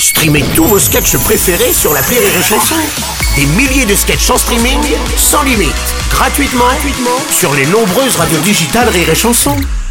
Streamez tous vos sketchs préférés sur l'appli Rire et Chanson. Des milliers de sketchs en streaming, sans limite, gratuitement sur les nombreuses radios digitales Rire et Chanson.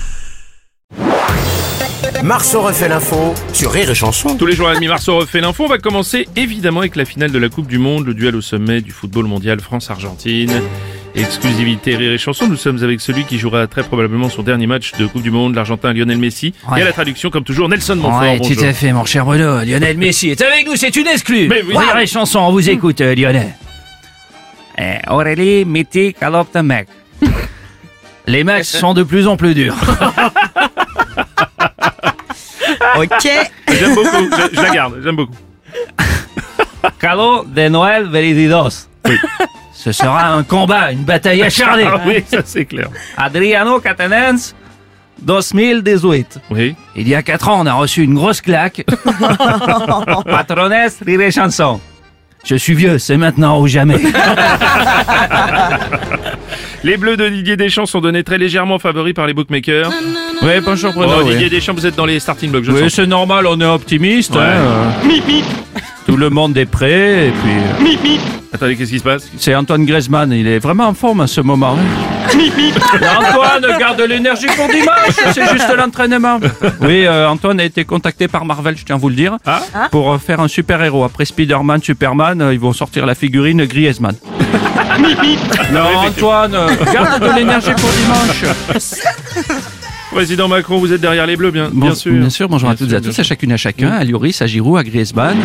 Marceau refait l'info sur Rire et Chanson. Tous les jours à la demi, Marceau refait l'info. On va commencer évidemment avec la finale de la Coupe du Monde, le duel au sommet du football mondial France-Argentine. Exclusivité Rire et Chanson, nous sommes avec celui qui jouera très probablement son dernier match de Coupe du Monde, l'Argentin Lionel Messi. Ouais. Et à la traduction, comme toujours, Nelson Montfort. Ouais, bonjour. tout à fait, mon cher Bruno. Lionel Messi est avec nous, c'est une exclue. Mais oui. Rire et Chanson, on vous écoute, Lionel. Aurélie, mythique, alors ta mec. Les matchs sont de plus en plus durs. Ok. J'aime beaucoup, je la garde, j'aime beaucoup. Cadeau de Noël velididos. Oui. Ce sera un combat, une bataille acharnée. Ah oui, ça c'est clair. Adriano Catanens, 2018. Oui. Il y a 4 ans, on a reçu une grosse claque. Patrones, Rire et Chanson. Je suis vieux, c'est maintenant ou jamais. Les Bleus de Didier Deschamps sont donnés très légèrement favoris par les bookmakers. Oui, bonjour Bruno. Oh, Didier Deschamps, vous êtes dans les starting blocks, je Oui, sens. c'est normal, on est optimiste. Ouais. Tout le monde est prêt et puis... Attendez, qu'est-ce qui se passe? C'est Antoine Griezmann, il est vraiment en forme à ce moment. Antoine, garde l'énergie pour dimanche, c'est juste l'entraînement. Oui, Antoine a été contacté par Marvel, je tiens à vous le dire, pour faire un super-héros. Après Spider-Man, Superman, ils vont sortir la figurine Griezmann. Non, Antoine, garde de l'énergie pour dimanche. Président Macron, vous êtes derrière les Bleus, bien sûr. Bien sûr, bonjour à toutes et à bien tous, sûr. à chacune et à chacun, à Lloris, à Giroud, à Griezmann,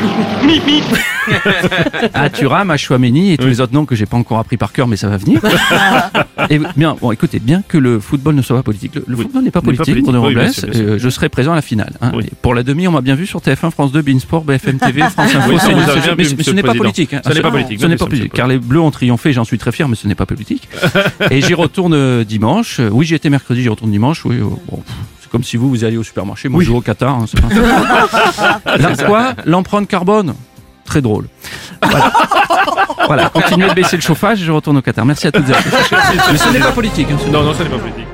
à Thuram, à Chouameni et tous les autres noms que j'ai pas encore appris par cœur, mais ça va venir. Et bien, bon, écoutez, bien que le football ne soit pas politique, le Oui. football n'est pas N'est pas politique, politique, Bruno oui, bien Robles, sûr, bien sûr. je serai présent à la finale. Hein. Oui. Et pour la demi, on m'a bien vu sur TF1, France 2, Beansport, BFM TV, France Info, Oui, ça, CNews, vous avez bien mais vu, ce monsieur n'est le pas président. politique. Hein. Ce n'est pas politique, Ce n'est bien pas sûr, politique, monsieur car les Bleus ont triomphé, j'en suis très fier, mais ce n'est pas politique. Et j'y retourne dimanche. Oui, j'y étais mercredi, j'y retourne dimanche. Oui, bon, c'est comme si vous alliez au supermarché, moi je joue au Qatar. Hein, c'est pas... Là, quoi? L'empreinte carbone? Très drôle. Voilà, continuez de baisser le chauffage et je retourne au Qatar. Merci à toutes et à tous. Mais ce n'est pas politique. Hein, Non, ça n'est pas politique.